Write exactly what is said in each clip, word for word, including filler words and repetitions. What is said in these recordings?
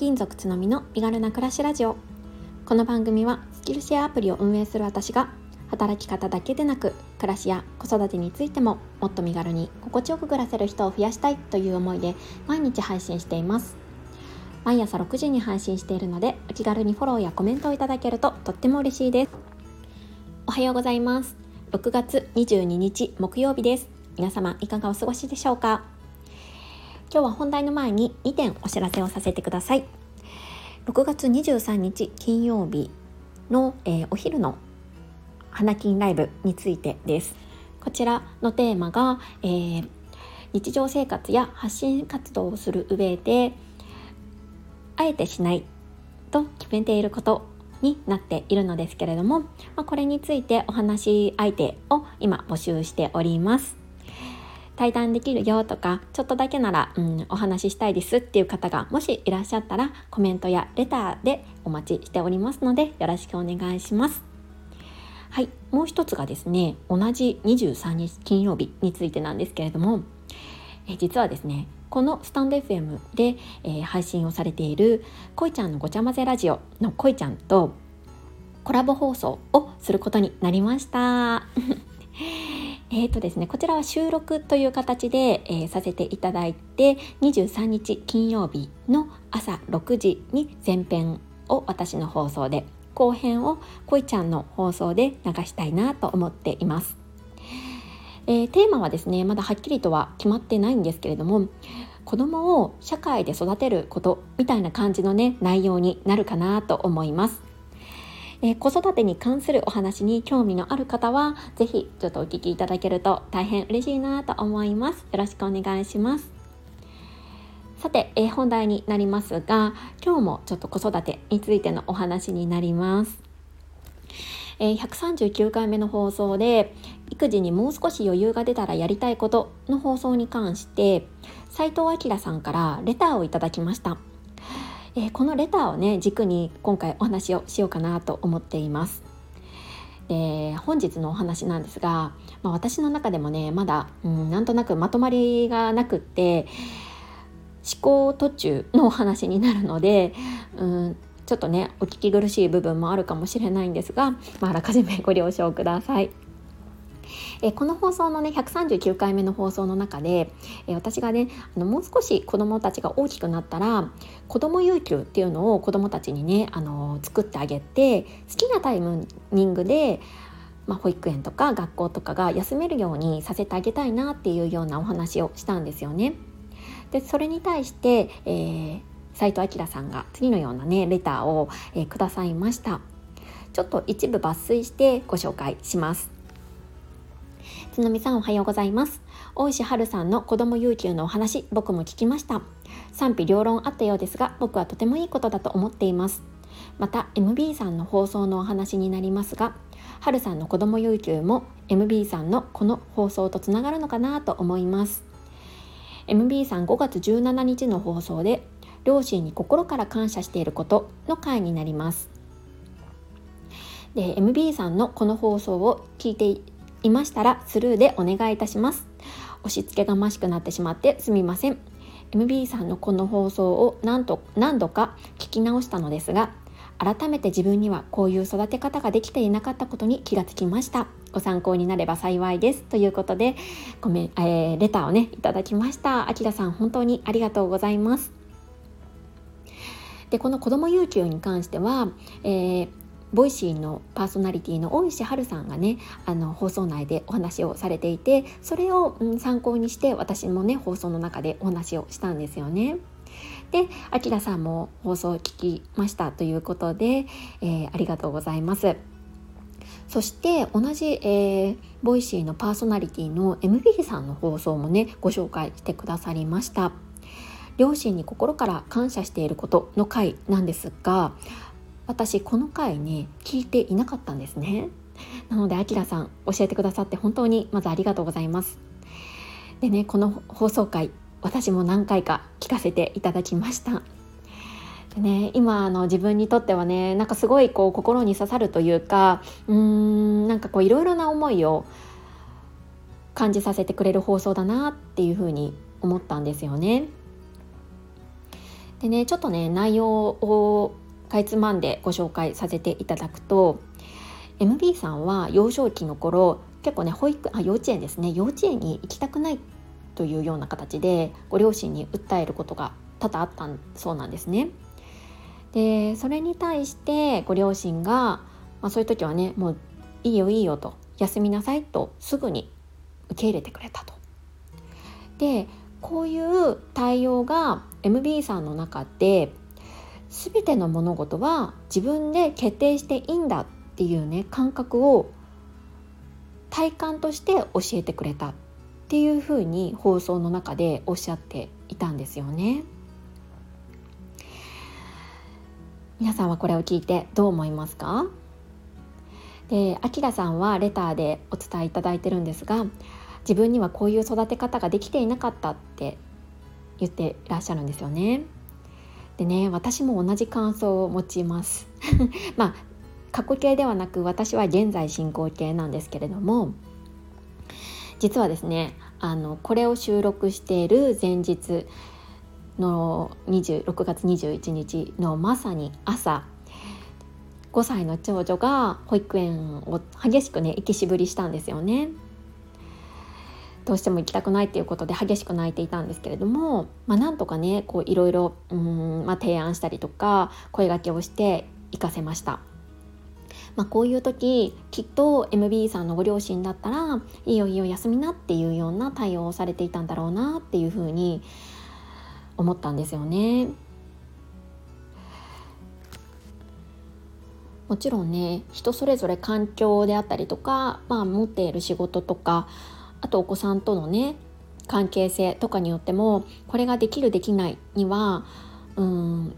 金属つのみの身軽な暮らしラジオ。この番組はスキルシェアアプリを運営する私が働き方だけでなく暮らしや子育てについてももっと身軽に心地よく暮らせる人を増やしたいという思いで毎日配信しています。毎朝ろくじに配信しているのでお気軽にフォローやコメントをいただけるととっても嬉しいです。おはようございます。ろくがつにじゅうににち木曜日です。皆様いかがお過ごしでしょうか。今日は本題の前ににてんお知らせをさせてください。ろくがつにじゅうさんにち金曜日の、えー、お昼の花金ライブについてです。こちらのテーマが、えー、日常生活や発信活動をする上であえてしないと決めていることになっているのですけれども、まあ、これについてお話し相手を今募集しております。対談できるよとかちょっとだけなら、うん、お話ししたいですっていう方がもしいらっしゃったらコメントやレターでお待ちしておりますのでよろしくお願いします。はい、もう一つがですね、同じにじゅうさんにち金曜日についてなんですけれども、え実はですねこのスタンド エフエム で、えー、配信をされているこいちゃんのごちゃ混ぜラジオのこいちゃんとコラボ放送をすることになりましたえーとですね、こちらは収録という形で、えー、させていただいてにじゅうさんにち金曜日の朝ろくじに前編を私の放送で後編をこいちゃんの放送で流したいなと思っています。えー、テーマはですねまだはっきりとは決まってないんですけれども、子供を社会で育てることみたいな感じのね内容になるかなと思います。えー、子育てに関するお話に興味のある方はぜひちょっとお聞きいただけると大変嬉しいなと思います。よろしくお願いします。さて、えー、本題になりますが、今日もちょっと子育てについてのお話になります。えー、ひゃくさんじゅうきゅうかいめの放送で育児にもう少し余裕が出たらやりたいことの放送に関して斉藤明さんからレターをいただきました。えー、このレターをね軸に今回お話をしようかなと思っています。で本日のお話なんですが、まあ、私の中でもねまだ、うん、なんとなくまとまりがなくって思考途中のお話になるので、うんちょっとねお聞き苦しい部分もあるかもしれないんですが、まあ、あらかじめご了承ください。えこの放送のねひゃくさんじゅうきゅうかいめの放送の中で、え私がねあのもう少し子どもたちが大きくなったら子ども有給っていうのを子どもたちにねあの作ってあげて好きなタイミングで、まあ、保育園とか学校とかが休めるようにさせてあげたいなっていうようなお話をしたんですよね。でそれに対して、えー斉藤明さんが次のようなねレターを、えー、くださいました。ちょっと一部抜粋してご紹介します。つのみさんおはようございます。大石春さんの子ども有給のお話僕も聞きました。賛否両論あったようですが僕はとてもいいことだと思っています。また エムビー さんの放送のお話になりますが、春さんの子ども有給も エムビー さんのこの放送とつながるのかなと思います。 エムビー さんごがつじゅうしちにちの放送で両親に心から感謝していることの回になります。で エムビー さんのこの放送を聞いていましたらスルーでお願いいたします。押し付けがましくなってしまってすみません。 エムビー さんのこの放送を何と何度か聞き直したのですが、改めて自分にはこういう育て方ができていなかったことに気がつきました。ご参考になれば幸いですということでごめん、えー、レターをねいただきました。あきらさん本当にありがとうございます。でこの子ども有給に関しては、えー、ボイシーのパーソナリティの大石春さんがねあの放送内でお話をされていて、それを、うん、参考にして私もね放送の中でお話をしたんですよね。で、あきらさんも放送を聞きましたということで、えー、ありがとうございます。そして同じ、えー、ボイシーのパーソナリティの エムビー さんの放送もねご紹介してくださりました。両親に心から感謝していることの回なんですが、私この回ね聞いていなかったんですね。なのであきらさん教えてくださって本当にまずありがとうございます。でねこの放送回私も何回か聞かせていただきました。でね今あの自分にとってはねなんかすごいこう心に刺さるというか、うーんなんかこういろいろな思いを感じさせてくれる放送だなっていうふうに思ったんですよね。 でね、ちょっとね内容をかいつまんでご紹介させていただくと、 エムビー さんは幼少期の頃結構ね保育あ幼稚園ですね幼稚園に行きたくないというような形でご両親に訴えることが多々あったそうなんですね。でそれに対してご両親が、まあ、そういう時はねもういいよいいよと休みなさいとすぐに受け入れてくれたと。でこういう対応が エムビー さんの中で全ての物事は自分で決定していいんだっていうね感覚を体感として教えてくれたっていうふうに放送の中でおっしゃっていたんですよね。皆さんはこれを聞いてどう思いますか？で、あきらさんはレターでお伝えいただいてるんですが、自分にはこういう育て方ができていなかったって言っていらっしゃるんですよね。でね、私も同じ感想を持ちますまあ過去形ではなく私は現在進行形なんですけれども、実はですねあのこれを収録している前日のにじゅうろくがつにじゅういちにちのまさに朝、ごさいの長女が保育園を激しくね行きしぶりしたんですよね。どうしても行きたくないっていうことで激しく泣いていたんですけれども、まあ、なんとかねこういろいろうーん、まあ、提案したりとか声掛けをして行かせました。まあ、こういう時きっと エムビー さんのご両親だったらいいよいいよ休みなっていうような対応をされていたんだろうなっていうふうに思ったんですよね。もちろんね人それぞれ環境であったりとか、まあ、持っている仕事とか、あとお子さんとのね関係性とかによってもこれができるできないにはうーん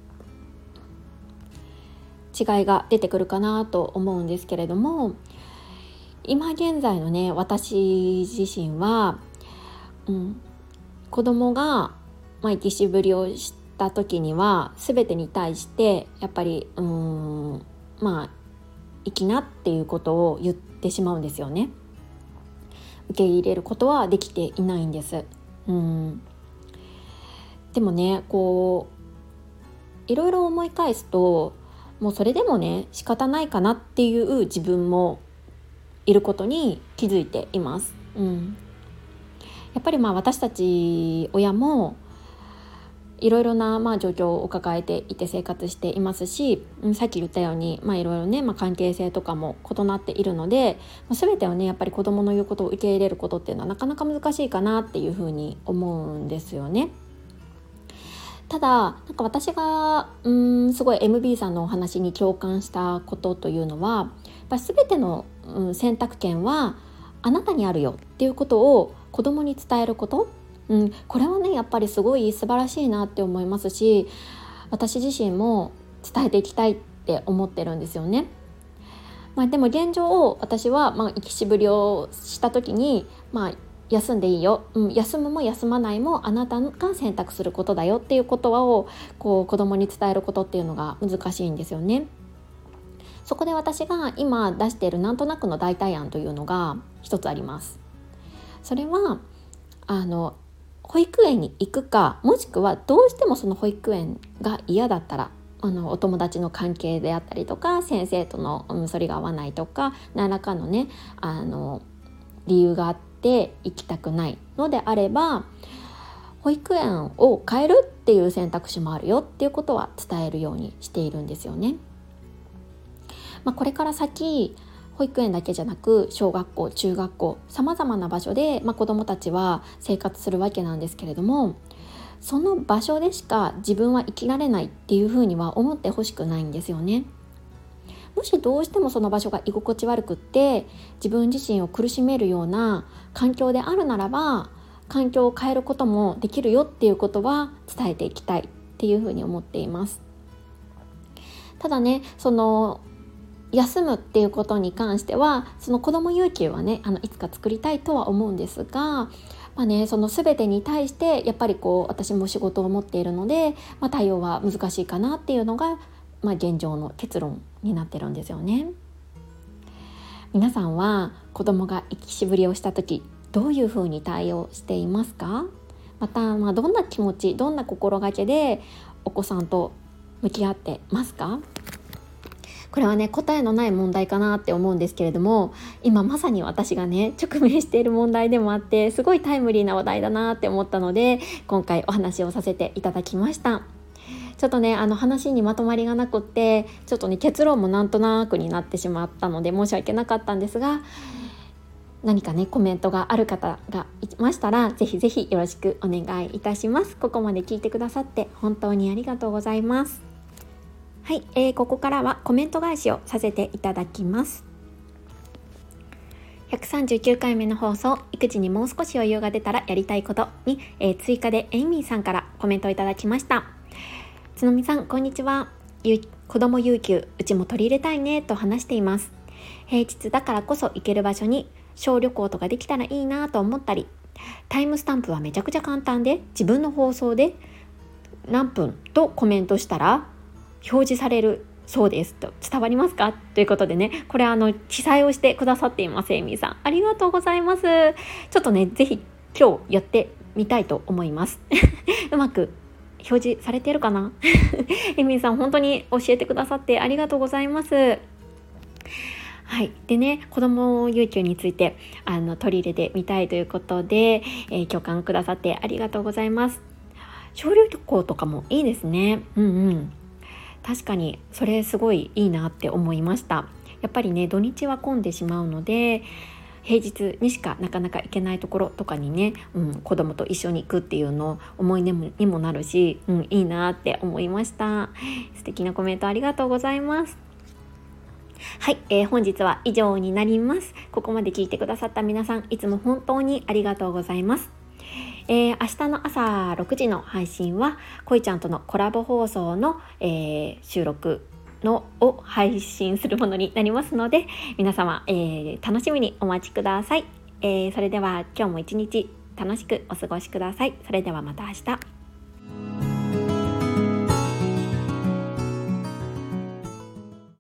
違いが出てくるかなと思うんですけれども、今現在のね私自身は、うん、子供がまあ、行きしぶりをした時には全てに対してやっぱりうーんまあ行きなっていうことを言ってしまうんですよね。受け入れることはできていないんです。うんでもねこういろいろ思い返すともうそれでもね仕方ないかなっていう自分もいることに気づいています。うん、やっぱりまあ私たち親もいろいろなまあ状況を抱えていて生活していますし、さっき言ったようにまあいろいろね、まあ、関係性とかも異なっているので、まあ、全てをねやっぱり子どもの言うことを受け入れることっていうのはなかなか難しいかなっていうふうに思うんですよね。ただなんか私がうーんすごい エムビー さんのお話に共感したことというのは、やっぱり全ての、うん、選択権はあなたにあるよっていうことを子どもに伝えること、うん、これはねやっぱりすごい素晴らしいなって思いますし、私自身も伝えていきたいって思ってるんですよね。まあ、でも現状私はまあ行きしぶりをした時に、まあ、休んでいいよ、うん、休むも休まないもあなたが選択することだよっていうことをこう子供に伝えることっていうのが難しいんですよね。そこで私が今出しているなんとなくの代替案というのが一つあります。それはあの保育園に行くか、もしくはどうしてもその保育園が嫌だったらあのお友達の関係であったりとか先生とのうんそれが合わないとか何らかのねあの理由があって行きたくないのであれば、保育園を変えるっていう選択肢もあるよっていうことは伝えるようにしているんですよね。まあ、これから先保育園だけじゃなく小学校中学校さまざまな場所で、まあ、子どもたちは生活するわけなんですけれども、その場所でしか自分は生きられないっていうふうには思ってほしくないんですよね。もしどうしてもその場所が居心地悪くって自分自身を苦しめるような環境であるならば、環境を変えることもできるよっていうことは伝えていきたいっていうふうに思っています。ただねその休むっていうことに関してはその子ども有給はねあのいつか作りたいとは思うんですが、まあね、その全てに対してやっぱりこう私も仕事を持っているので、まあ、対応は難しいかなっていうのが、まあ、現状の結論になってるんですよね。皆さんは子供が行きしぶりをした時どういうふうに対応していますか？また、まあ、どんな気持ちどんな心がけでお子さんと向き合ってますか？これはね、答えのない問題かなって思うんですけれども、今まさに私がね直面している問題でもあって、すごいタイムリーな話題だなって思ったので、今回お話をさせていただきました。ちょっとねあの話にまとまりがなくって、ちょっとね結論もなんとなくになってしまったので申し訳なかったんですが、何かねコメントがある方がいましたら、ぜひぜひよろしくお願いいたします。ここまで聞いてくださって本当にありがとうございます。はい、えー、ここからはコメント返しをさせていただきます。ひゃくさんじゅうきゅうかいめの放送、育児にもう少し余裕が出たらやりたいことに、えー、追加でエイミーさんからコメントをいただきました。つのみさん、こんにちは。ゆ子供有給うちも取り入れたいねと話しています。平日だからこそ行ける場所に小旅行とかできたらいいなと思ったり、タイムスタンプはめちゃくちゃ簡単で、自分の放送で何分とコメントしたら表示されるそうですと。伝わりますかということでね、これあの記載をしてくださっています。エイミーさん、ありがとうございます。ちょっとねぜひ今日やってみたいと思いますうまく表示されているかなエイミーさん、本当に教えてくださってありがとうございます。はい、でね、子ども有給についてあの取り入れてみたいということで、えー、共感くださってありがとうございます。小旅行とかもいいですね。うんうん、確かにそれすごいいいなって思いました。やっぱりね土日は混んでしまうので、平日にしかなかなか行けないところとかにね、うん、子供と一緒に行くっていうの思い出にもなるし、うん、いいなって思いました。素敵なコメントありがとうございます。はい、えー、本日は以上になります。ここまで聞いてくださった皆さん、いつも本当にありがとうございます。えー、明日の朝ろくじの配信はこいちゃんとのコラボ放送の、えー、収録のを配信するものになりますので、皆様、えー、楽しみにお待ちください。えー、それでは今日も一日楽しくお過ごしください。それではまた明日。